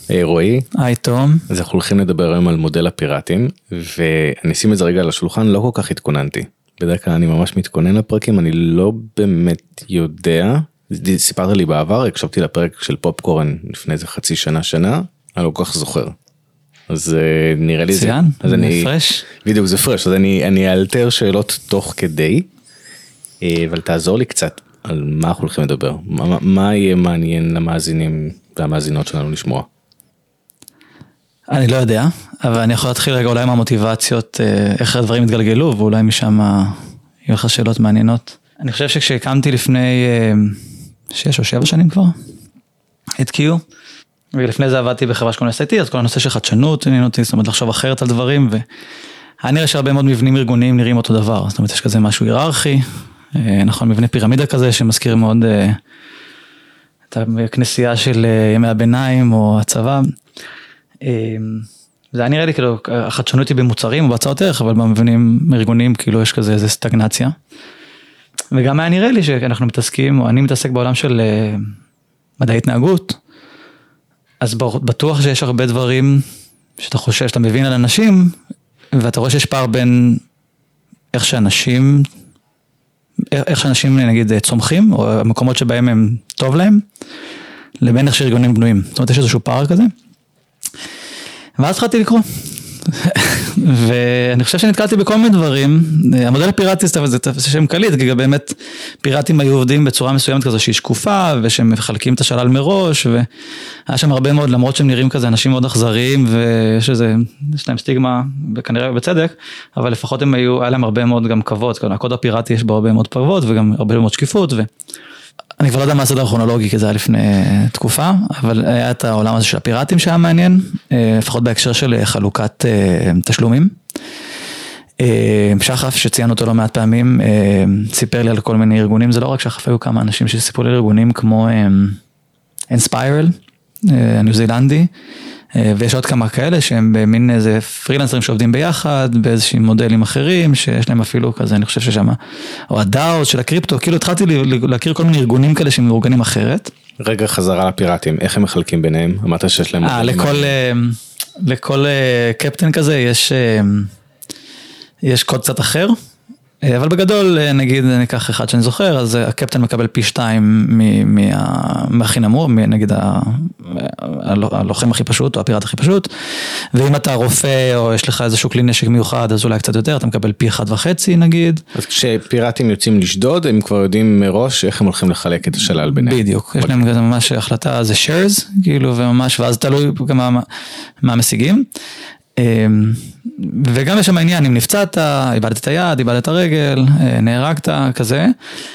היי רועי. היי תום. אז אנחנו הולכים לדבר היום על מודל הפיראטים, ואני אשים את זה רגע על השולחן, לא כל כך התכוננתי. בדרך כלל אני ממש מתכונן לפרקים, אני לא באמת יודע, סיפרת לי בעבר, הקשבתי לפרק של פופקורן לפני איזה חצי שנה, אני לא כל כך זוכר. אז נראה לי ציין, זה פרש. בדיוק זה פרש, אז אני אאלתר שאלות תוך כדי, אבל תעזור לי קצת על מה אנחנו הולכים לדבר, מה יהיה מעניין למאזינים והמאזינות שלנו לשמוע. אני לא יודע, אבל אני יכול להתחיל רגע אולי מהמוטיבציות, איך הדברים התגלגלו, ואולי משם יהיו לך שאלות מעניינות. אני חושב שכשהקמתי לפני 6 או 7 שנים כבר, את קיו, ולפני זה עבדתי בחברה שקוראים SIT, אז כל הנושא של חדשנות, זאת אומרת לחשוב אחרת על דברים, והיה נראה שהרבה מאוד מבנים ארגוניים נראים אותו דבר, זאת אומרת יש כזה משהו היררכי, נכון, מבנה פירמידה כזה שמזכיר מאוד את הכנסייה של ימי הביניים או הצבא, זה היה נראה לי כאילו החדשנות היא במוצרים או בהצעות ערך, אבל במבנים ארגוניים כאילו יש כזה איזה סטגנציה, וגם היה נראה לי שאנחנו מתעסקים, או אני מתעסק בעולם של מדעי התנהגות, אז בטוח שיש הרבה דברים שאתה חושב, שאתה מבין על אנשים, ואתה רואה שיש פער בין איך שאנשים נגיד צומחים, או המקומות שבהם הם טוב להם, לבין איך שארגונים בנויים. זאת אומרת, יש איזשהו פער כזה. ואז התחלתי לקרוא. ואני חושב שנתקלתי בכל מיני דברים. המודל הפיראטי זה שם קליט, כי באמת פיראטים היו עובדים בצורה מסוימת כזו שהיא שקופה, ושהם מחלקים את השלל מראש, והיה שם הרבה מאוד, למרות שהם נראים כזה אנשים מאוד אכזריים, ויש להם סטיגמה, וכנראה בצדק, אבל לפחות היה להם הרבה מאוד גם כבוד, הקוד הפיראטי יש בו הרבה מאוד כבוד, וגם הרבה מאוד שקיפות, אני כבר לא יודע מה הסדר הכרונולוגי, כי זה היה לפני תקופה, אבל היה את העולם הזה של הפיראטים שהיה מעניין, לפחות בהקשר של חלוקת תשלומים. שחף, שציינו אותו לא מעט פעמים, סיפר לי על כל מיני ארגונים, זה לא רק שחף, היו כמה אנשים שסיפרו לי על ארגונים כמו Inspiral, הניו זילנדי, ויש עוד כמה כאלה שהם במין איזה פרילנסרים שעובדים ביחד, באיזושהי מודלים אחרים, שיש להם אפילו כזה, אני חושב ששם, או הדאו של הקריפטו, כאילו התחלתי להכיר כל מיני ארגונים כאלה שהם מאורגנים אחרת. רגע חזרה לפיראטים, איך הם מחלקים ביניהם? אמרת שיש להם... לכל קפטן כזה יש קוד קצת אחר, אבל בגדול נגיד ניקח אחד שאני זוכר, אז הקפטן מקבל פי 2 מהכי נמוך, נגיד הלוחם הכי פשוט או הפיראט הכי פשוט, ואם אתה רופא או יש לך איזשהו כלי נשק מיוחד, אז אולי קצת יותר, אתה מקבל פי 1.5 נגיד. אז כשפיראטים יוצאים לשדוד, הם כבר יודעים מראש איך הם הולכים לחלק את השלל ביניהם. בדיוק, יש להם ממש החלטה, זה shares, כאילו, וממש, ואז תלוי גם מה משיגים. וגם יש שם העניין, אם נפצעת, איבדת את היד, איבדת את הרגל, נהרגת, כזה.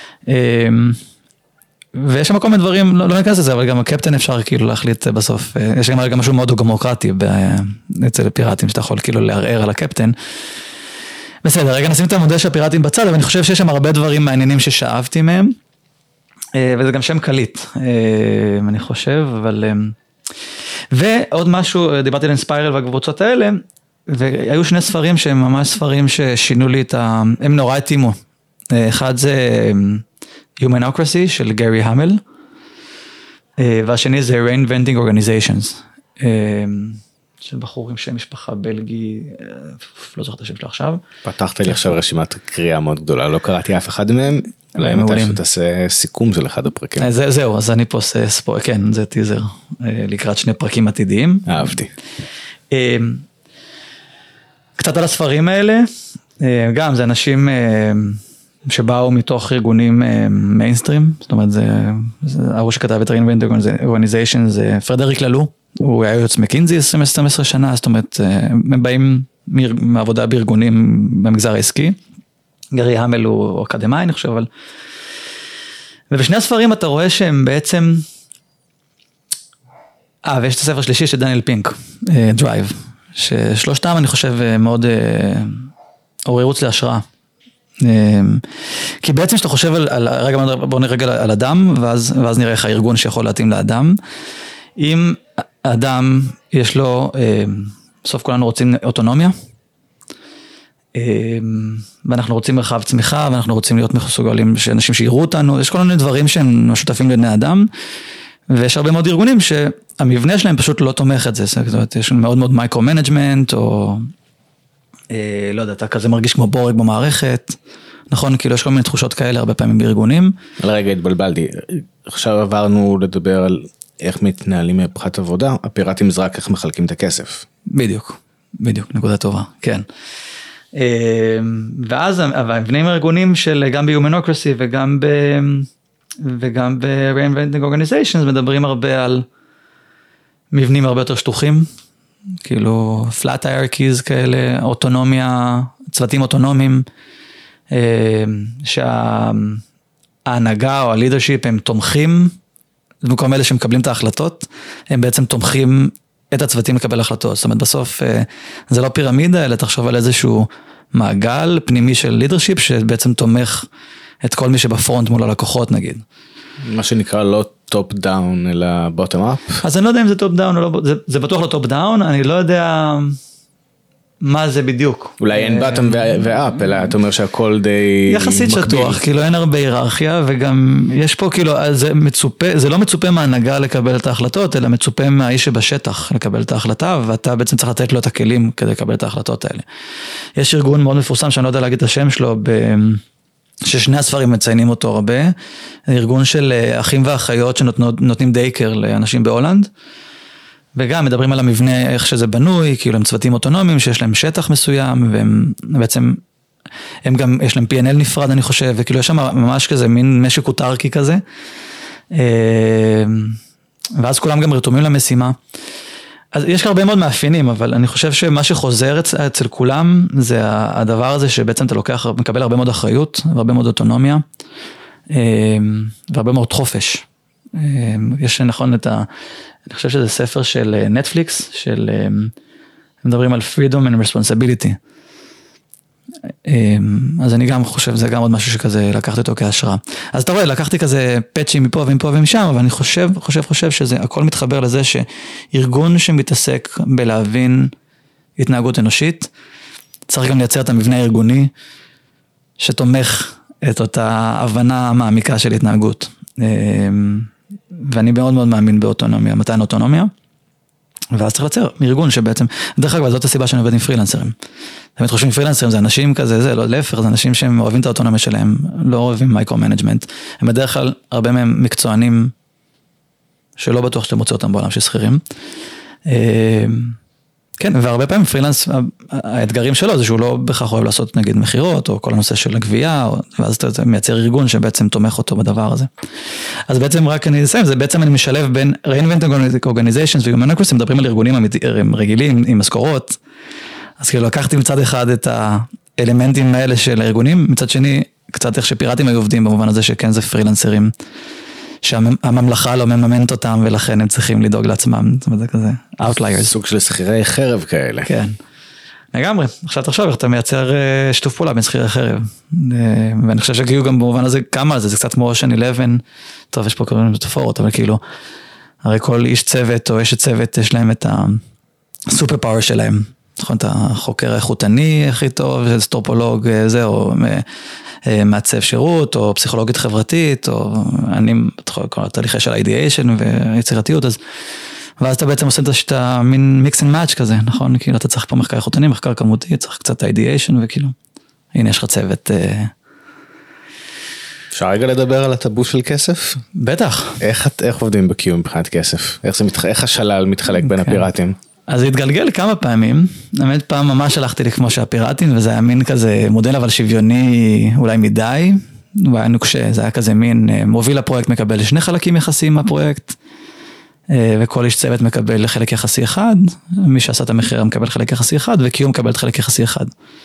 ויש שם כל מיני דברים, לא ניכנס לזה, אבל גם הקפטן אפשר כאילו להחליט בסוף, יש גם משהו מאוד דמוקרטי אצל פיראטים, שאתה יכול כאילו לערער על הקפטן. בסדר, רגע נשים את המודל של הפיראטים בצד, אבל אני חושב שיש שם הרבה דברים מעניינים ששאבתי מהם, וזה גם שם קליט, אני חושב, אבל... ועוד משהו, דיברתי על אינספיירל והקבוצות האלה, והיו 2 ספרים שהם ממש ספרים ששינו לי הם נורא התאימו. אחד זה Humanocracy של גרי המל, והשני זה Reinventing Organizations, של בחור עם שם משפחה בלגי, לא זוכר את השם שלו עכשיו. פתחת לי עכשיו רשימת קריאה מאוד גדולה, לא קראתי אף אחד מהם, אולי מתי שתעשה סיכום של אחד הפרקים. זהו, אז אני פה עושה ספוילר, כן, זה טיזר, לקראת 2 פרקים עתידיים. אהבתי. קצת על הספרים האלה, גם זה אנשים שבאו מתוך ארגונים מיינסטרים, זאת אומרת, ההוא שכתב את Reinventing Organization זה פרדריק ללו, הוא היה יועץ מקינזי 12 שנה, זאת אומרת, הם באים מעבודה בארגונים במגזר העסקי, גרי המל הוא אקדמאי, אני חושב, אבל... ובשני הספרים אתה רואה שהם בעצם... ויש את הספר שלישי של דניאל פינק, Drive, ששלושתם אני חושב מאוד עוררו אצלי להשראה. כי בעצם שאתה חושב רגע, בוא נראה רגע על אדם, ואז נראה איך הארגון שיכול להתאים לאדם. אם אדם יש לו, בסוף כולנו רוצים אוטונומיה, ואנחנו רוצים מרחב צמיחה, ואנחנו רוצים להיות מסוגלים שאנשים שיראו אותנו, יש כל מיני דברים שהם משותפים לבני אדם, ויש הרבה מאוד ארגונים המבנה שלהם פשוט לא תומך את זה, זאת אומרת, יש מאוד מאוד מייקרו-מנג'מנט, או לא יודע, אתה כזה מרגיש כמו בורג במערכת, נכון, כאילו יש כל מיני תחושות כאלה הרבה פעמים בארגונים. על רגע התבלבלתי, עכשיו עברנו לדבר על איך מתנהלים מבחינת עבודה, הפיראטים זה רק איך מחלקים את הכסף. בדיוק, נקודה טובה, כן. ואז המבנים הארגונים של גם ב-Humanocracy וגם ב-Reinventing Organizations מדברים הרבה על מבנים הרבה יותר שטוחים, כאילו flat hierarchies כאלה, אוטונומיה, צוותים אוטונומיים, שההנהגה או ה-leadership הם תומכים, במקום אלה שמקבלים את ההחלטות, הם בעצם תומכים את הצוותים לקבל החלטות, זאת אומרת בסוף זה לא פירמידה, אלא תחשוב על איזשהו מעגל פנימי של leadership, שבעצם תומך את כל מי שבפרונט מול הלקוחות נגיד. מה שנקרא לא טופ דאון, אלא בוטום אפ. אז אני לא יודע אם זה טופ דאון או לא, זה בטוח לא טופ דאון, אני לא יודע מה זה בדיוק. אולי אין בוטום ואפ, אלא אתה אומר שהכל די יחסית שטוח, כאילו אין הרבה היררכיה, וגם יש פה כאילו, זה לא מצופה מההנהגה לקבל את ההחלטות, אלא מצופה מהאיש שבשטח לקבל את ההחלטה, ואתה בעצם צריך לתת לו את הכלים כדי לקבל את ההחלטות האלה. יש ארגון מאוד מפורסם, שאני לא יודע להגיד את השם שלו, ששני הספרים מציינים אותו הרבה, ארגון של אחים ואחיות שנותנים דייקר לאנשים בהולנד, וגם מדברים על המבנה, איך שזה בנוי, כאילו הם צוותים אוטונומיים, שיש להם שטח מסוים, והם בעצם, הם גם, יש להם P&L נפרד, אני חושב, וכאילו יש שם ממש כזה, מין משק אוטרקי כזה, ואז כולם גם רתומים למשימה. אז יש הרבה מאוד מאפיינים, אבל אני חושב שמה שחוזר אצל כולם, זה הדבר הזה שבעצם אתה לוקח, מקבל הרבה מאוד אחריות, והרבה מאוד אוטונומיה, והרבה מאוד חופש. יש נכון אני חושב שזה ספר של נטפליקס, מדברים על freedom and responsibility. אז אני גם חושב, זה גם עוד משהו שכזה לקחתי אותו כהשראה. אז אתה רואה, לקחתי כזה פאצ'ים מפה ומפה ומשם, אבל אני חושב שזה הכל מתחבר לזה שארגון שמתעסק בלהבין התנהגות אנושית, צריך גם לייצר את המבנה הארגוני, שתומך את אותה הבנה מעמיקה של התנהגות. ואני מאוד מאוד מאמין באוטונומיה, מתן אוטונומיה, ואז צריך לייצר ארגון שבעצם, דרך אגב, זאת הסיבה שאני עובד עם פרילנסרים. תמיד חושבים פרילנסרים זה אנשים כזה, זה לא להפך, זה אנשים שהם אוהבים את האוטונומיה שלהם, לא אוהבים מייקרו-מנג'מנט. הם בדרך כלל, הרבה מהם מקצוענים, שלא בטוח שאתם מוצא אותם בעולם של שכירים. כן, והרבה פעמים פרילנס, האתגרים שלו זה שהוא לא בכך אוהב לעשות נגיד מחירות, או כל הנושא של הגבייה, ואז אתה מייצר ארגון שבעצם תומך אותו בדבר הזה. אז בעצם רק אני אסיים, זה בעצם אני משלב בין Reinventing Organizations ו-Humanocracy, מדברים על ארגונים רגילים עם משכורות, אז כאילו לקחתי מצד אחד את האלמנטים האלה של הארגונים, מצד שני, קצת איך שפיראטים היו עובדים, במובן הזה שכן זה פרילנסרים, שהממלכה לא מממנת אותם, ולכן הם צריכים לדאוג לעצמם, זאת אומרת, זה כזה, outliers. סוג של שכירי חרב כאלה. כן, לגמרי. עכשיו תחשוב, איך אתה מייצר שיתוף פעולה בין שכירי חרב, ואני חושב שגיעו גם במובן הזה כמה על זה, זה קצת כמו Ocean 11, טוב, יש פה קוראים מטאפורות, אבל כאילו, הרי כל איש צוות או אשת צוות, יש להם את הסופר פאוור שלהם, נכון, את החוקר האיכותני הכי טוב, סטרופולוג, זה, או מעצב שירות, או פסיכולוגית חברתית, או אני, כל התהליכי של ה-ideation ויצירתיות, אז, ואז אתה בעצם עושה את המין mix and match כזה, נכון? כאילו אתה צריך פה מחקר איכותני, מחקר כמותי, צריך קצת ideation, וכאילו, הנה יש לך צוות. אפשר רגע לדבר על הטאבו של כסף? בטח. איך עובדים בקיו מבחינת כסף? איך השלל מתחלק בין הפיראטים? אז זה התגלגל כמה פעמים, באמת פעם ממש הלכתי לי כמו שהפיראטים, וזה היה מין כזה מודל אבל שוויוני אולי מדי, והיה נוקשה, זה היה כזה מין, מוביל הפרויקט מקבל 2 חלקים יחסיים מהפרויקט, וכל איש צוות מקבל חלק יחסי אחד, מי שעשה את המחיר מקבל חלק יחסי אחד, וקיום מקבל חלק יחסי אחד.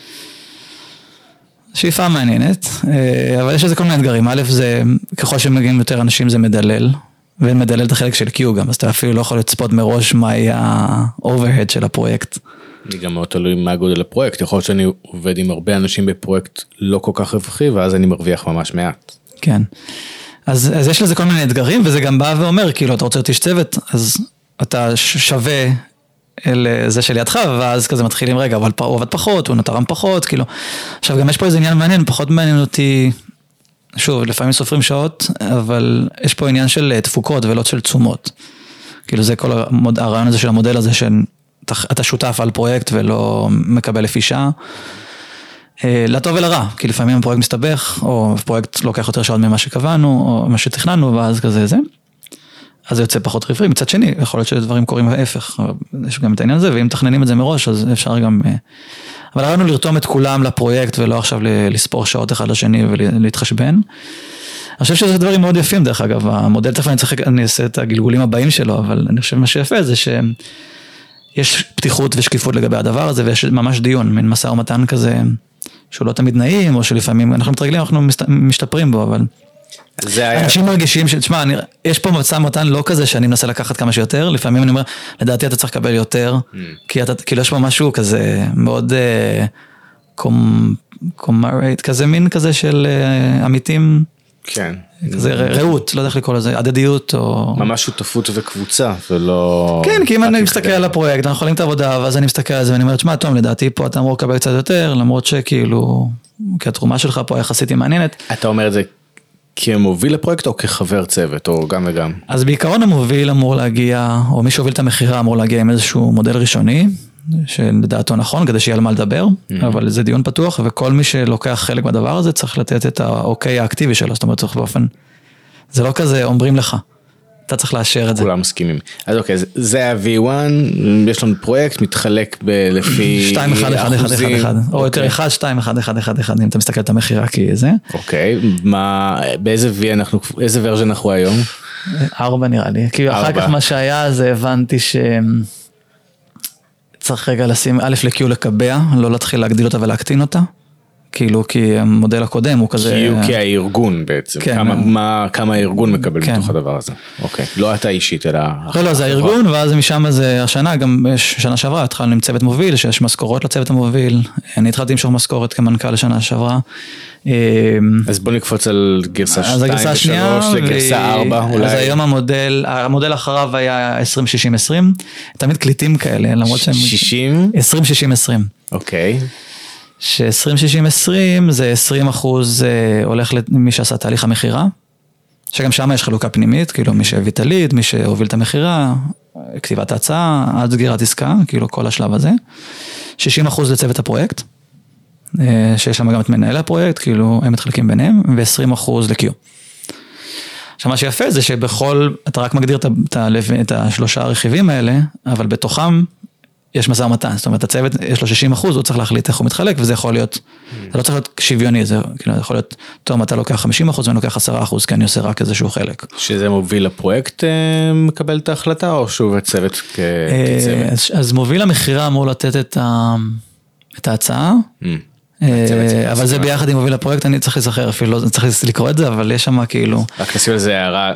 שאיפה מעניינת, אבל יש איזה כל מיני אתגרים, א' זה, ככל שמגיעים יותר אנשים זה מדלל, ומדלל את החלק של Q גם, אז אתה אפילו לא יכול לצפות מראש מה יהיה ה-overhead של הפרויקט. אני גם מאוד תלוי מה גודל הפרויקט, יכול להיות שאני עובד עם הרבה אנשים בפרויקט לא כל כך רווחי, ואז אני מרוויח ממש מעט. כן, אז יש לזה כל מיני אתגרים, וזה גם בא ואומר, כאילו, אתה רוצה להיות איש צוות, אז אתה שווה אל זה שלידך, ואז כזה מתחילים, רגע, אבל הוא עובד פחות, הוא נתרם פחות, כאילו. עכשיו, גם יש פה איזה עניין מעניין, פחות מעניין אותי, שוב, לפעמים סופרים שעות, אבל יש פה עניין של תפוקות ולא של תשומות. כאילו זה כל הרעיון הזה של המודל הזה, שאתה שותף על פרויקט ולא מקבל לפי שעה, לטוב ולרע, כי לפעמים הפרויקט מסתבך, או פרויקט לוקח יותר שעות ממה שקבענו, או מה שתכננו, ואז כזה זה. אז זה יוצא פחות רווחי. מצד שני, יכול להיות שדברים קורים ההפך, יש גם את העניין הזה, ואם תכננים את זה מראש, אז אפשר גם... אבל הרעיון הוא לרתום את כולם לפרויקט, ולא עכשיו לספור שעות אחד לשני ולהתחשבן. אני חושב שזה דברים מאוד יפים, דרך אגב, המודל, תכף אני אעשה את הגלגולים הבאים שלו, אבל אני חושב מה שיפה זה שיש פתיחות ושקיפות לגבי הדבר הזה, ויש ממש דיון, מין מסע ומתן כזה, שהוא לא תמיד נעים, או שלפעמים אנחנו מתרגלים, אנחנו משתפרים בו, אבל... אנשים מרגישים שתשמע, יש פה מצע מתן לא כזה שאני מנסה לקחת כמה שיותר, לפעמים אני אומר, לדעתי אתה צריך לקבל יותר, כי כאילו יש פה משהו כזה מאוד קומרייט, כזה מין כזה של עמיתים, כן. כזה רעות, לא יודע איך לקרוא לזה, הדדיות או... ממש שותפות וקבוצה, ולא... כן, כי אם אני מסתכל על הפרויקט, אנחנו יכולים את העבודה, ואז אני מסתכל על זה ואני אומר, תשמע, תום, לדעתי פה אתה אמור לקבל קצת יותר, למרות שכאילו, כי התרומה שלך פה יחסית היא מעניינת. אתה אומר את זה כמוביל לפרויקט או כחבר צוות, או גם וגם? אז בעיקרון המוביל אמור להגיע, או מי שהוביל את המחירה אמור להגיע עם איזשהו מודל ראשוני, שלדעתו נכון, כדי שיהיה על מה לדבר, אבל זה דיון פתוח, וכל מי שלוקח חלק בדבר הזה צריך לתת את האוקיי האקטיבי שלו, זאת אומרת, צריך באופן, זה לא כזה אומרים לך, אתה צריך לאשר את זה. כולם מסכימים. אז אוקיי, זה ה-V1, יש לנו פרויקט, מתחלק לפי 2, 1, 1, 1, 1, 1, או יותר 1, 2, 1, 1, 1, 1, אם אתה מסתכל את המחירה כי זה. אוקיי, באיזה V אנחנו, איזה ורז'ן אנחנו היום? 4 נראה לי, כי אחר כך מה שהיה זה הבנתי צריך רגע לשים א' ל-Q לקבע, לא להתחיל להגדיל אותה ולהקטין אותה, כאילו כי המודל הקודם הוא כזה... כי הארגון בעצם, כמה הארגון מקבל בתוך הדבר הזה. אוקיי, לא אתה אישית, אלא... לא, זה הארגון, ואז משם זה השנה, גם שנה שעברה, התחלנו עם צוות מוביל, שיש משכורות לצוות המוביל, אני התחלתי למשוך משכורת כמנכ"ל לשנה שעברה. אז בוא נקפוץ על גרסה 2 ו3, לגרסה 4 אולי. אז היום המודל אחריו היה 20-60-20, תמיד קליטים כאלה, למרות שהם... 60? 20-60-20. אוקיי. ש-20-60-20 זה 20% הולך למי שעשה תהליך המחירה, שגם שם יש חלוקה פנימית, כאילו מי שהביא את הליד, מי שהוביל את המחירה, כתיבת ההצעה, עד סגירת עסקה, כאילו כל השלב הזה. 60% לצוות הפרויקט, שיש שם גם את מנהל הפרויקט, כאילו הם מתחלקים ביניהם, ו-20% ל-Q. עכשיו מה שיפה זה שבכל, אתה רק מגדיר את השלושה הרכיבים האלה, אבל בתוכם, יש משא ומתן, זאת אומרת, הצוות יש לו 60%, הוא צריך להחליט איך הוא מתחלק, וזה יכול להיות, זה לא צריך להיות שוויוני, זה יכול להיות, טוב, אתה לוקח 50% ואני לוקח 10%, כי אני עושה רק איזשהו חלק. שזה מוביל לפרויקט מקבל את ההחלטה, או שהוא הצוות כצוות? אז מוביל המחירה אמור לתת את ההצעה, אבל זה ביחד עם מוביל הפרויקט, אני צריך לזכר, אפילו לא צריך לקרוא את זה, אבל יש שם כאילו... רק נשים על זה הערה...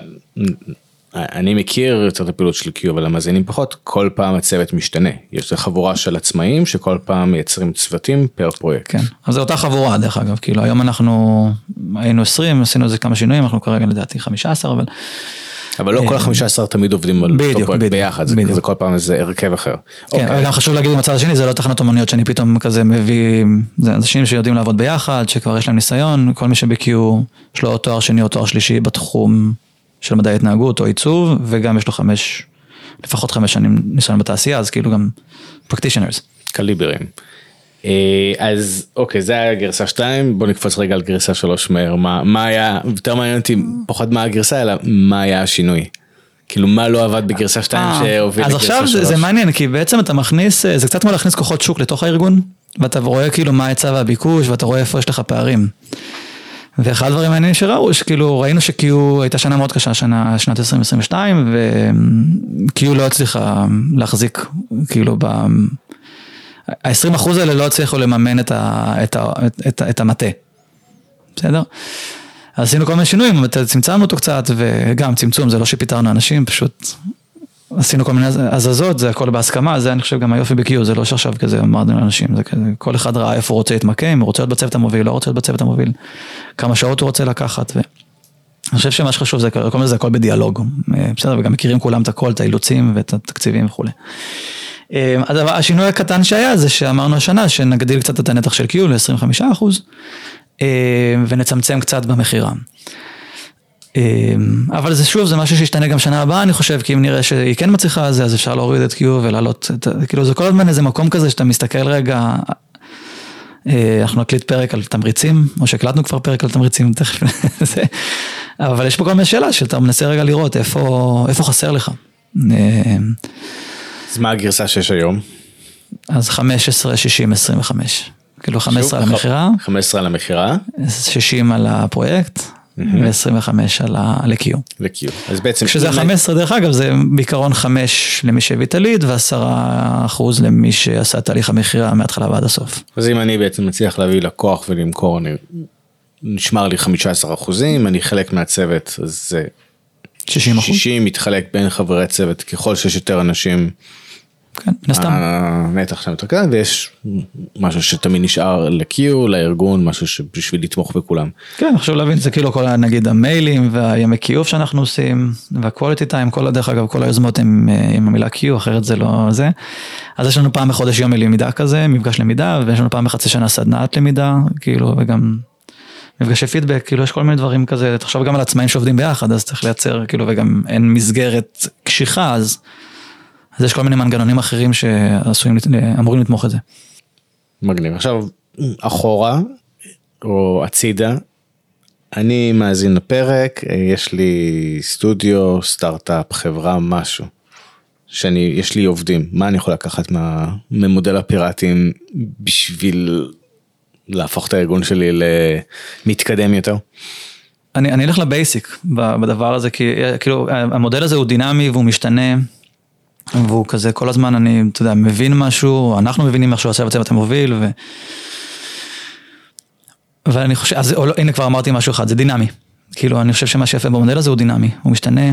אני מכיר יותר את הפעילות של Q, אבל המאזינים פחות, כל פעם הצוות משתנה. יש חבורה של עצמאים שכל פעם מייצרים צוותים פר פרויקט. כן, אז זה אותה חבורה דרך אגב, כאילו היום אנחנו היינו 20, עשינו איזה כמה שינויים, אנחנו כרגע לדעתי 15, אבל לא כל ה-15 תמיד עובדים על אותו פרויקט ביחד, זה כל פעם איזה הרכב אחר. כן, אבל גם חשוב להגיד במצד השני, זה לא תחנות אומניות שאני פתאום כזה מביא, זה אנשים שיודעים לעבוד ביחד, שכבר יש להם ניסיון, כל מי שב-Q יש לו תואר שני או תואר שלישי בתחום של מדעי התנהגות או עיצוב, וגם יש לו לפחות 5 שנים ניסיון בתעשייה, אז כאילו גם practitioners. קליברים. אז אוקיי, זה היה גרסה 2, בוא נקפוץ רגע על גרסה 3 מהר, מה היה, יותר מעניין אותי, פחות מה הגרסה, אלא מה היה השינוי? כאילו מה לא עבד בגרסה 2 שהוביל לגרסה 3? אז עכשיו זה מעניין, כי בעצם אתה מכניס, זה קצת כמו להכניס כוחות שוק לתוך הארגון, ואתה רואה כאילו מה היצע והביקוש, ואתה רואה איפה יש לך פערים. ואחד הדברים העניינים שראו, שכאילו ראינו שקיו הייתה שנה מאוד קשה, שנת 2022, וקיו לא הצליחה להחזיק, כאילו ה-20% האלה לא הצליחו לממן את המטה. בסדר? אז עשינו כל מיני שינויים, צמצמנו אותו קצת, וגם צמצום זה לא שפיתרנו אנשים, פשוט עשינו כל מיני הזזות, זה הכל בהסכמה, זה אני חושב גם היופי בקיו, זה לא שעכשיו כזה אמרנו לאנשים, זה כזה, כל אחד ראה איפה הוא רוצה להתמקם, הוא רוצה להיות בצוות המוביל, לא רוצה להיות בצוות המוביל, כמה שעות הוא רוצה לקחת, ואני חושב שמה שחשוב זה, כל מיני זה הכל בדיאלוג, בסדר, וגם מכירים כולם את הכל, את האילוצים ואת התקציבים וכו'. אז השינוי הקטן שהיה זה שאמרנו השנה, שנגדיל קצת את הנתח של קיו ל-25%, ונצמצם קצת במחירה. אבל זה שוב, זה משהו שישתנה גם שנה הבאה, אני חושב, כי אם נראה שהיא כן מצליחה על זה, אז אפשר להוריד את Q ולעלות, כאילו זה כל הזמן איזה מקום כזה, שאתה מסתכל רגע, אנחנו נקליט פרק על תמריצים, או שהקלטנו כבר פרק על תמריצים, תכף, אבל יש פה כל מיני שאלה, שאתה מנסה רגע לראות איפה חסר לך. אז מה הגרסה שיש היום? אז 15, 60, 25. כאילו 15 על המחירה. 15 על המחירה. 60 על הפרויקט, ו-25 על ה-Q. ל-Q. אז בעצם... כשזה 15 דרך אגב, זה בעיקרון 5 למי שהביא את הליד, ו10% למי שעשה תהליך המחירה מההתחלה ועד הסוף. אז אם אני בעצם מצליח להביא לקוח ולמכור, נשמר לי 15%, אני חלק מהצוות, אז זה... 60%. 60 מתחלק בין חברי הצוות, ככל שיש יותר אנשים... כן, נסתם. הנתח שם יותר קטן, ויש משהו שתמיד נשאר ל-Q, לארגון, משהו שבשביל לתמוך בכולם. כן, עכשיו להבין, זה כאילו כל, נגיד, המיילים והימי קיוף שאנחנו עושים, וה-quality time, כל הדרך אגב, כל היוזמות הם עם המילה Q, אחרת זה לא זה. אז יש לנו פעם בחודש יום למידה כזה, מפגש למידה, ויש לנו פעם בחצי שנה סדנת למידה, כאילו, וגם מפגשי פידבק, כאילו, יש כל מיני דברים כזה, תחשוב גם על עצמאים שעובדים ביחד, אז צריך לייצר, כאילו, וגם אין מסגרת קשיחה, אז יש כל מיני מנגנונים אחרים שאמורים לתמוך את זה. מגניב. עכשיו, אחורה, או הצידה, אני מאזין לפרק, יש לי סטודיו, סטארט-אפ, חברה, משהו, יש לי עובדים. מה אני יכול לקחת ממודל הפיראטים בשביל להפוך את הארגון שלי למתקדם יותר? אני אלך לבייסיק בדבר הזה, כי כאילו המודל הזה הוא דינמי והוא משתנה, והוא כזה כל הזמן, אני, אתה יודע, מבין משהו, אנחנו מבינים משהו, הצוות המוביל, ואני חושב, אז הנה כבר אמרתי משהו אחד, זה דינמי. כאילו, אני חושב שמה שיפה במודל הזה הוא דינמי, הוא משתנה.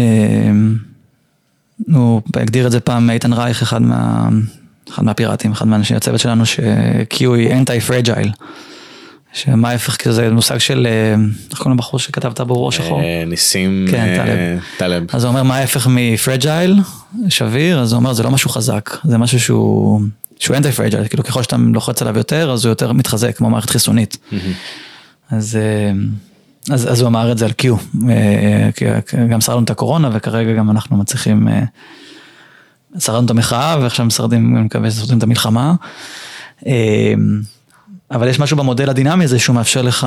הוא הגדיר את זה פעם, איתן רייך, אחד מהפיראטים, אחד מהאנשי הצוות שלנו, ש-Q היא anti-fragile. שמה ההפך כזה, מושג של, איך קוראים לבחור שכתבת בראש שחור? ניסים טלב. אז הוא אומר, מה ההפך מפרג'ייל, שביר, אז הוא אומר, זה לא משהו חזק, זה משהו שהוא anti-fragile, כאילו ככל שאתה לוחץ עליו יותר, אז הוא יותר מתחזק, כמו מערכת חיסונית. אז הוא אמר את זה על Q, גם שרדנו את הקורונה, וכרגע גם אנחנו מצליחים, שרדנו את המחאה, ועכשיו משרדים, אני מקווה ששרדים את המלחמה, אבל יש משהו במודל הדינמי הזה שהוא מאפשר לך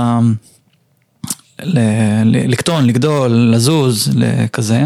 לקטון, לגדול, לזוז, לכזה.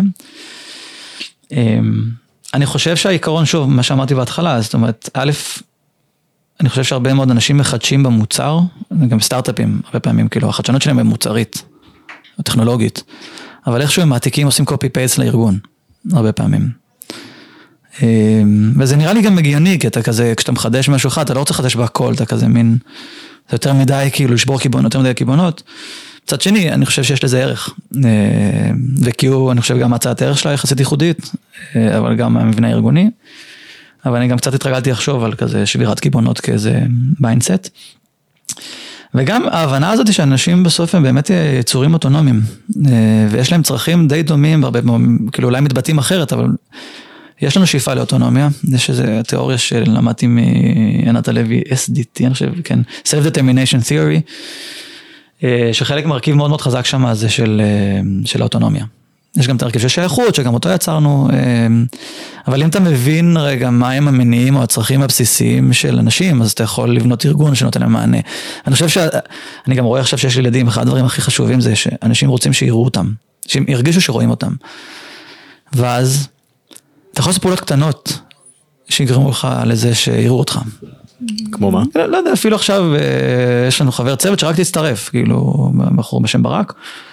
אני חושב שהעיקרון, שוב, מה שאמרתי בהתחלה, זאת אומרת, א', אני חושב שהרבה מאוד אנשים מחדשים במוצר, גם סטארט-אפים, הרבה פעמים, כאילו, החדשנות שלהם היא מוצרית, או טכנולוגית, אבל איכשהו הם מעתיקים, עושים copy-paste לארגון, הרבה פעמים. וזה נראה לי גם הגיוני, כי אתה כזה, כשאתה מחדש משהו אחד, אתה לא רוצה לחדש בהכל, אתה כזה מין, זה יותר מדי, כאילו, לשבור קיבונות, יותר מדי קיבונות. מצד שני, אני חושב שיש לזה ערך, וכאילו, אני חושב גם הצעת הערך שלה יחסית ייחודית, אבל גם המבנה הארגוני, אבל אני גם קצת התרגלתי לחשוב על כזה שבירת קיבונות כאיזה מיינדסט, וגם ההבנה הזאת שאנשים בסוף הם באמת יצורים אוטונומיים, ויש להם צרכים די דומים, כאילו אולי מתבטאים אחרת, אבל יש לנו שאיפה לאוטונומיה, יש איזו תיאוריה שלמדתי מענת הלוי, SDT, אני חושב, כן, Self-Determination Theory, שחלק מרכיב מאוד מאוד חזק שם זה של האוטונומיה. יש גם את הרכיב של שייכות, שגם אותו יצרנו, אבל אם אתה מבין רגע מהם המניעים או הצרכים הבסיסיים של אנשים, אז אתה יכול לבנות ארגון שנותן להם מענה. אני חושב שאני גם רואה עכשיו שיש לי ילדים, אחד הדברים הכי חשובים זה שאנשים רוצים שיראו אותם, שהם ירגישו שרואים אותם. ואז אתה יכול לעשות פעולות קטנות שיגרמו לך לזה שיראו אותך. כמו מה? לא יודע, אפילו עכשיו יש לנו חבר צוות שרק תצטרף, כאילו, בחור בשם ברק,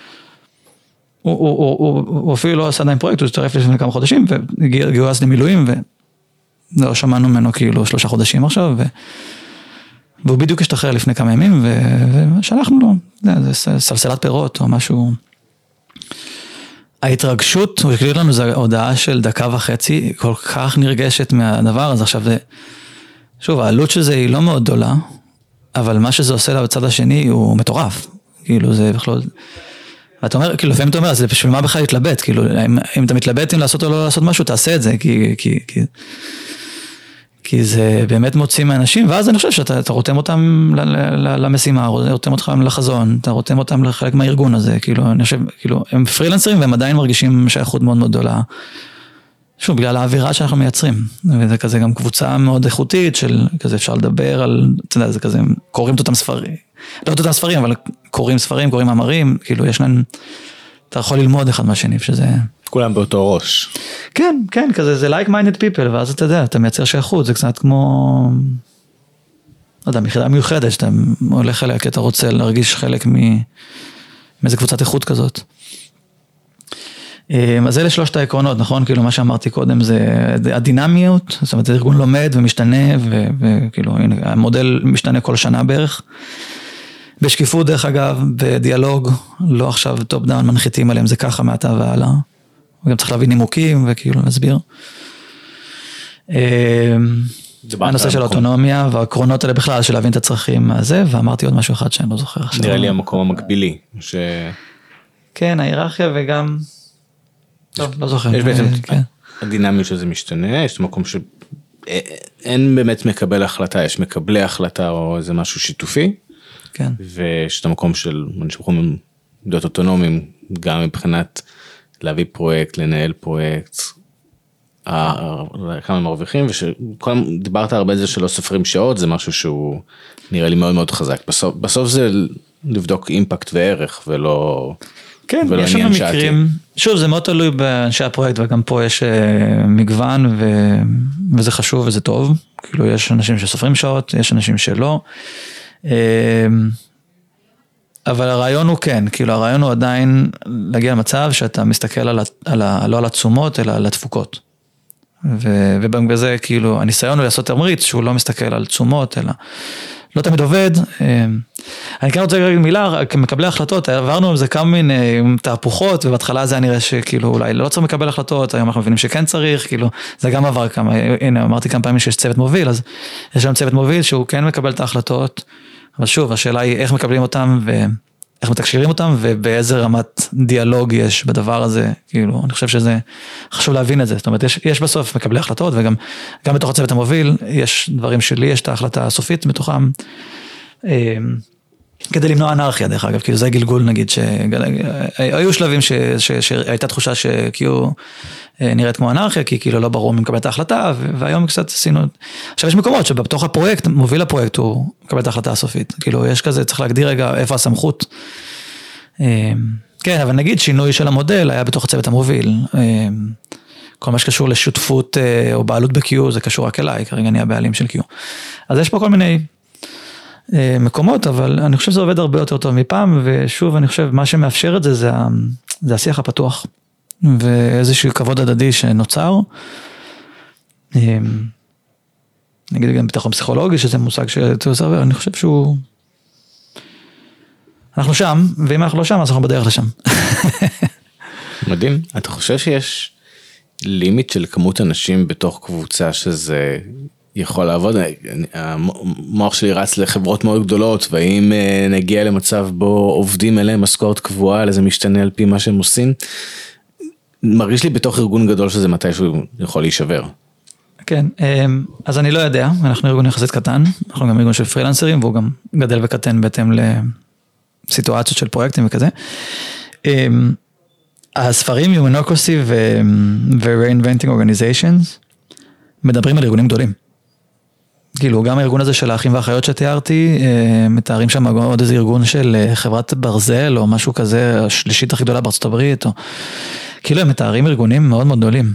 הוא אפילו לא עשה עדיין פרויקט, הוא הצטרף לפני כמה חודשים, וגיוס למילואים, ולא שמענו ממנו כאילו 3 חודשים עכשיו, והוא בדיוק השתחרר לפני כמה ימים, ושלחנו לו, זה סלסלת פירות או משהו. ההתרגשות, הוא הקליט לנו, זו הודעה של 1.5 דקות, כל כך נרגשת מהדבר הזה, עכשיו זה, שוב, העלות של זה היא לא מאוד גדולה, אבל מה שזה עושה לה בצד השני הוא מטורף, כאילו זה בכלל, ואתה אומר, כאילו לפעמים אתה אומר, אז בשביל מה בכלל להתלבט, כאילו אם אתה מתלבט אם לעשות או לא לעשות משהו, תעשה את זה, כי זה באמת מוציא מאנשים, ואז אני חושב שאתה רותם אותם למשימה, רותם אותם לחזון, אתה רותם אותם לחלק מהארגון הזה, כאילו, אני חושב, כאילו, הם פרילנסרים והם עדיין מרגישים שייכות מאוד מאוד גדולה, שוב, בגלל האווירה שאנחנו מייצרים, וזה כזה גם קבוצה מאוד איכותית, של כזה אפשר לדבר על, אתה יודע, זה כזה, קוראים את אותם ספרים, לא את אותם ספרים, אבל קוראים ספרים, קוראים מאמרים, כאילו, יש להם, אתה יכול ללמוד אחד מהשני, שזה... כולם באותו ראש. כן, כן, כזה, זה like-minded people, ואז אתה יודע, אתה מייצר שייכות, זה קצת כמו, לא יודע, מיחידה מיוחדת, שאתה הולך אליה, כי אתה רוצה להרגיש חלק מאיזה קבוצת איכות כזאת. אז אלה שלושת העקרונות, נכון? כאילו, מה שאמרתי קודם, זה הדינמיות, זאת אומרת, הארגון לומד ומשתנה, וכאילו, המודל משתנה כל שנה בערך. בשקיפות, דרך אגב, בדיאלוג, לא עכשיו טופ דאון מנחיתים עליהם, זה ככה מעתה והלאה. וגם צריך להביא נימוקים וכאילו להסביר. הנושא של האוטונומיה והעקרונות האלה בכלל של להבין את הצרכים הזה, ואמרתי עוד משהו אחד שאני לא זוכר עכשיו. נראה לי המקום המקבילי. כן, ההיררכיה וגם, לא זוכר. יש בעצם הדינמיות שזה משתנה, יש מקום שאין באמת מקבל החלטה, יש מקבלי החלטה או איזה משהו שיתופי. כן. ויש את המקום של אנשים יכולים להיות אוטונומיים, גם מבחינת להביא פרויקט, לנהל פרויקט, כמה מרוויחים, דיברת הרבה על זה שלא סופרים שעות, זה משהו שהוא נראה לי מאוד מאוד חזק. בסוף זה לבדוק אימפקט וערך, ולא כן, יש שם מקרים, שוב, זה מאוד תלוי באנשי הפרויקט, וגם פה יש מגוון, וזה חשוב וזה טוב, כאילו יש אנשים שסופרים שעות, יש אנשים שלא, אבל הרעיון הוא כן, כאילו הרעיון הוא עדיין להגיע למצב שאתה מסתכל לא על התשומות, אלא על התפוקות. ובזה כאילו הניסיון הוא לעשות תמריץ, שהוא לא מסתכל על תשומות, אלא לא תמיד עובד. אני כן רוצה להגיד מילה, כמקבלי החלטות, עברנו על זה כמה מיני תהפוכות, ובהתחלה זה נראה שכאילו אולי לא צריך מקבל החלטות, היום אנחנו מבינים שכן צריך, כאילו זה גם עבר כמה, הנה אמרתי כמה פעמים שיש צוות מוביל, אז יש לנו צוות מוביל שהוא כן מקבל את ההחלטות, אבל שוב, השאלה היא איך מקבלים אותם, ואיך מתקשרים אותם, ובאיזה רמת דיאלוג יש בדבר הזה, כאילו, אני חושב שזה חשוב להבין את זה, זאת אומרת, יש בסוף מקבלי החלטות, וגם בתוך הצוות המוביל, יש דברים שלי, יש את ההחלטה הסופית בתוכם, כדי למנוע אנרכיה, דרך אגב, כאילו זה גלגול, נגיד, שהיו שלבים שהייתה תחושה שכאילו נראית כמו אנרכיה, כי כאילו לא ברור מי מקבל את ההחלטה, והיום קצת עשינו, עכשיו יש מקומות שבתוך הפרויקט, מוביל הפרויקט, הוא מקבל את ההחלטה הסופית, כאילו יש כזה, צריך להגדיר רגע איפה הסמכות, כן, אבל נגיד שינוי של המודל היה בתוך הצוות המוביל, כל מה שקשור לשותפות או בעלות ב-Q, זה קשור רק אליי, כרגע אני הבעלים של Q, אז יש פה כל מיני מקומות, אבל אני חושב שזה עובד הרבה יותר טוב מפעם, ושוב אני חושב מה שמאפשר את זה, זה השיח הפתוח, ואיזשהו כבוד הדדי שנוצר, נגיד גם ביטחון פסיכולוגי, שזה מושג שתעוזר, אני חושב שהוא, אנחנו שם, ואם אנחנו לא שם, אז אנחנו בדרך לשם. מדהים, אתה חושב שיש לימיט של כמות אנשים בתוך קבוצה שזה יכול לעבוד, המוח שלי רץ לחברות מאוד גדולות, והאם נגיע למצב בו עובדים אליהם משכורת קבועה, לזה משתנה על פי מה שהם עושים, מרגיש לי בתוך ארגון גדול שזה מתישהו יכול להישבר. כן, אז אני לא יודע, אנחנו ארגון יחסית קטן, אנחנו גם ארגון של פרילנסרים, והוא גם גדל וקטן בהתאם לסיטואציות של פרויקטים וכזה. הספרים Humanocracy ו-Reinventing Organizations מדברים על ארגונים גדולים. כאילו, גם הארגון הזה של האחים והאחיות שתיארתי, מתארים שם עוד איזה ארגון של חברת ברזל, או משהו כזה, השלישית הכי גדולה בארצות הברית, או כאילו הם מתארים ארגונים מאוד מאוד גדולים.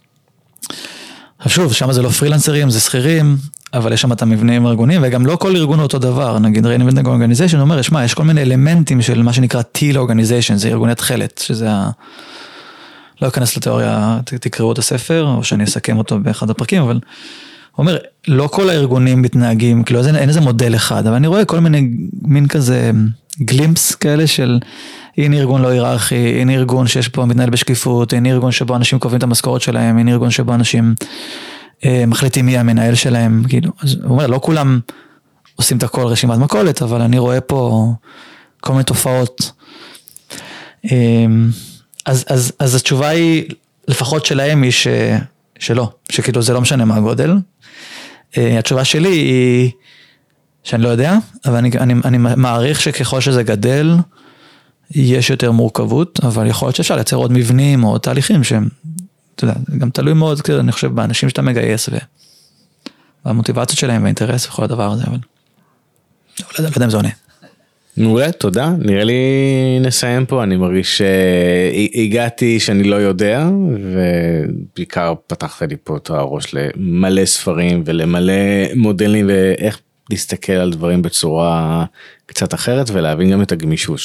שוב, שם זה לא פרילנסרים, זה שכירים, אבל יש שם את המבנים הארגונים, וגם לא כל ארגון הוא אותו דבר, נגיד Reinventing Organization, אומר, יש כל מיני אלמנטים של מה שנקרא Teal Organization, זה ארגוני תחלת, שזה לא אכנס לתיאוריה, תקראו את הספר, או שאני אסכם אותו באחד הפרקים, אבל הוא אומר, לא כל הארגונים מתנהגים, כאילו אין איזה מודל אחד, אבל אני רואה כל מיני מין כזה גלימפס כאלה של, הנה ארגון לא היררכי, הנה ארגון שיש פה מתנהל בשקיפות, הנה ארגון שבו אנשים קובעים את המשכורת שלהם, הנה ארגון שבו אנשים מחליטים מי המנהל שלהם, כאילו, אז הוא אומר, לא כולם עושים את הכל רשימת מכולת, אבל אני רואה פה כל מיני תופעות. אז התשובה היא, לפחות שלהם היא שלא, שכאילו זה לא משנה מה הגודל. התשובה שלי היא שאני לא יודע, אבל אני מעריך שככל שזה גדל, יש יותר מורכבות, אבל יכול להיות שאפשר לייצר עוד מבנים או תהליכים שהם, אתה יודע, גם תלוי מאוד, אני חושב, באנשים שאתה מגייס והמוטיבציות שלהם והאינטרס וכל הדבר הזה, אבל לא יודע אם זה עונה. מעולה, תודה. נראה לי נסיים פה, אני מרגיש שהגעתי שאני לא יודע, ובעיקר פתחת לי פה את הראש למלא ספרים ולמלא מודלים ואיך להסתכל על דברים בצורה קצת אחרת ולהבין גם את הגמישות,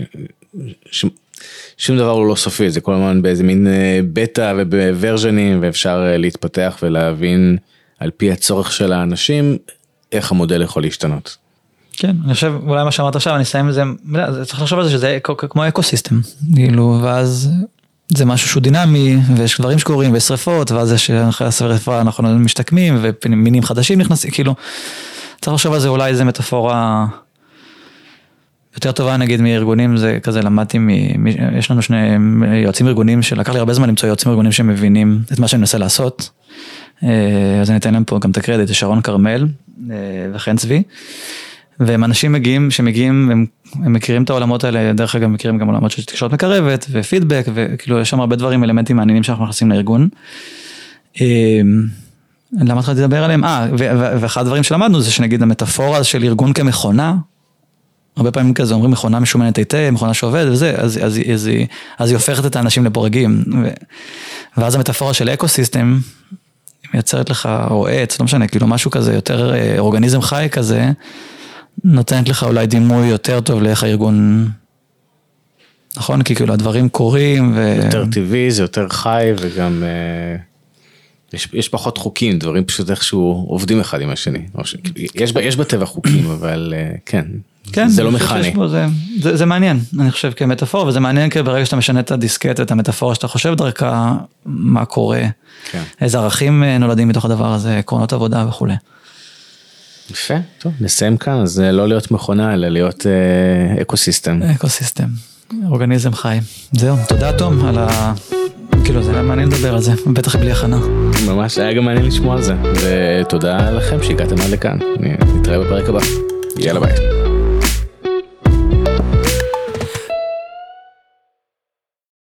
שום דבר הוא לא סופי, זה כל הזמן באיזה מין בטא ובוורז'נים, ואפשר להתפתח ולהבין על פי הצורך של האנשים, איך המודל יכול להשתנות. כן, אני חושב, אולי מה שאמרת עכשיו, אני אסיים לזה, צריך לחשוב על זה שזה כמו אקוסיסטם, כאילו, ואז זה משהו שהוא דינמי, ויש דברים שקורים, ויש שריפות, ואז יש אחרי השריפה אנחנו משתקמים, ומינים חדשים נכנסים, כאילו, צריך לחשוב על זה, אולי זה מטאפורה יותר טובה, נגיד, מארגונים, זה כזה, למדתי, יש לנו שני יועצים ארגונים, שלקח לי הרבה זמן למצוא יועצים ארגונים שמבינים את מה שאני מנסה לעשות, אז אני אתן להם פה גם את הקרדיט, שרון קרמל וחן צבי, והם אנשים שמגיעים, הם מכירים את העולמות האלה, דרך אגב מכירים גם עולמות של תקשורת מקרבת, ופידבק, וכאילו יש שם הרבה דברים, אלמנטים מעניינים שאנחנו מכניסים לארגון. למה התחלתי לדבר עליהם? ואחד הדברים שלמדנו זה שנגיד המטאפורה של ארגון כמכונה, הרבה פעמים כזה אומרים מכונה משומנת היטב, מכונה שעובד וזה, אז היא הופכת את האנשים לבורגים, ואז המטאפורה של אקוסיסטם, מייצרת לך או עץ, לא משנה, כאילו משהו כזה, יותר אורגניזם חי כזה, נותנת לך אולי דימוי יותר טוב לאיך הארגון, נכון? כי כאילו הדברים קורים יותר טבעי, זה יותר חי וגם יש פחות חוקים, דברים פשוט איכשהו עובדים אחד עם השני. יש בטבע חוקים, אבל כן, זה לא מכני. זה מעניין, אני חושב כמטאפורה, וזה מעניין כי ברגע שאתה משנה את הדיסקט, את המטאפורה שאתה חושב דרכה, מה קורה, איזה ערכים נולדים מתוך הדבר הזה, עקרונות עבודה וכו'. יפה, טוב, נסיים כאן, אז לא להיות מכונה, אלא להיות אקוסיסטם. אקוסיסטם, אורגניזם חי. זהו, תודה תום על כאילו זה היה מעניין לדבר על זה, בטח בלי הכנה. ממש, היה גם מעניין לשמוע על זה, ותודה לכם שהגעתם עד לכאן. נתראה בפרק הבא. יאללה ביי.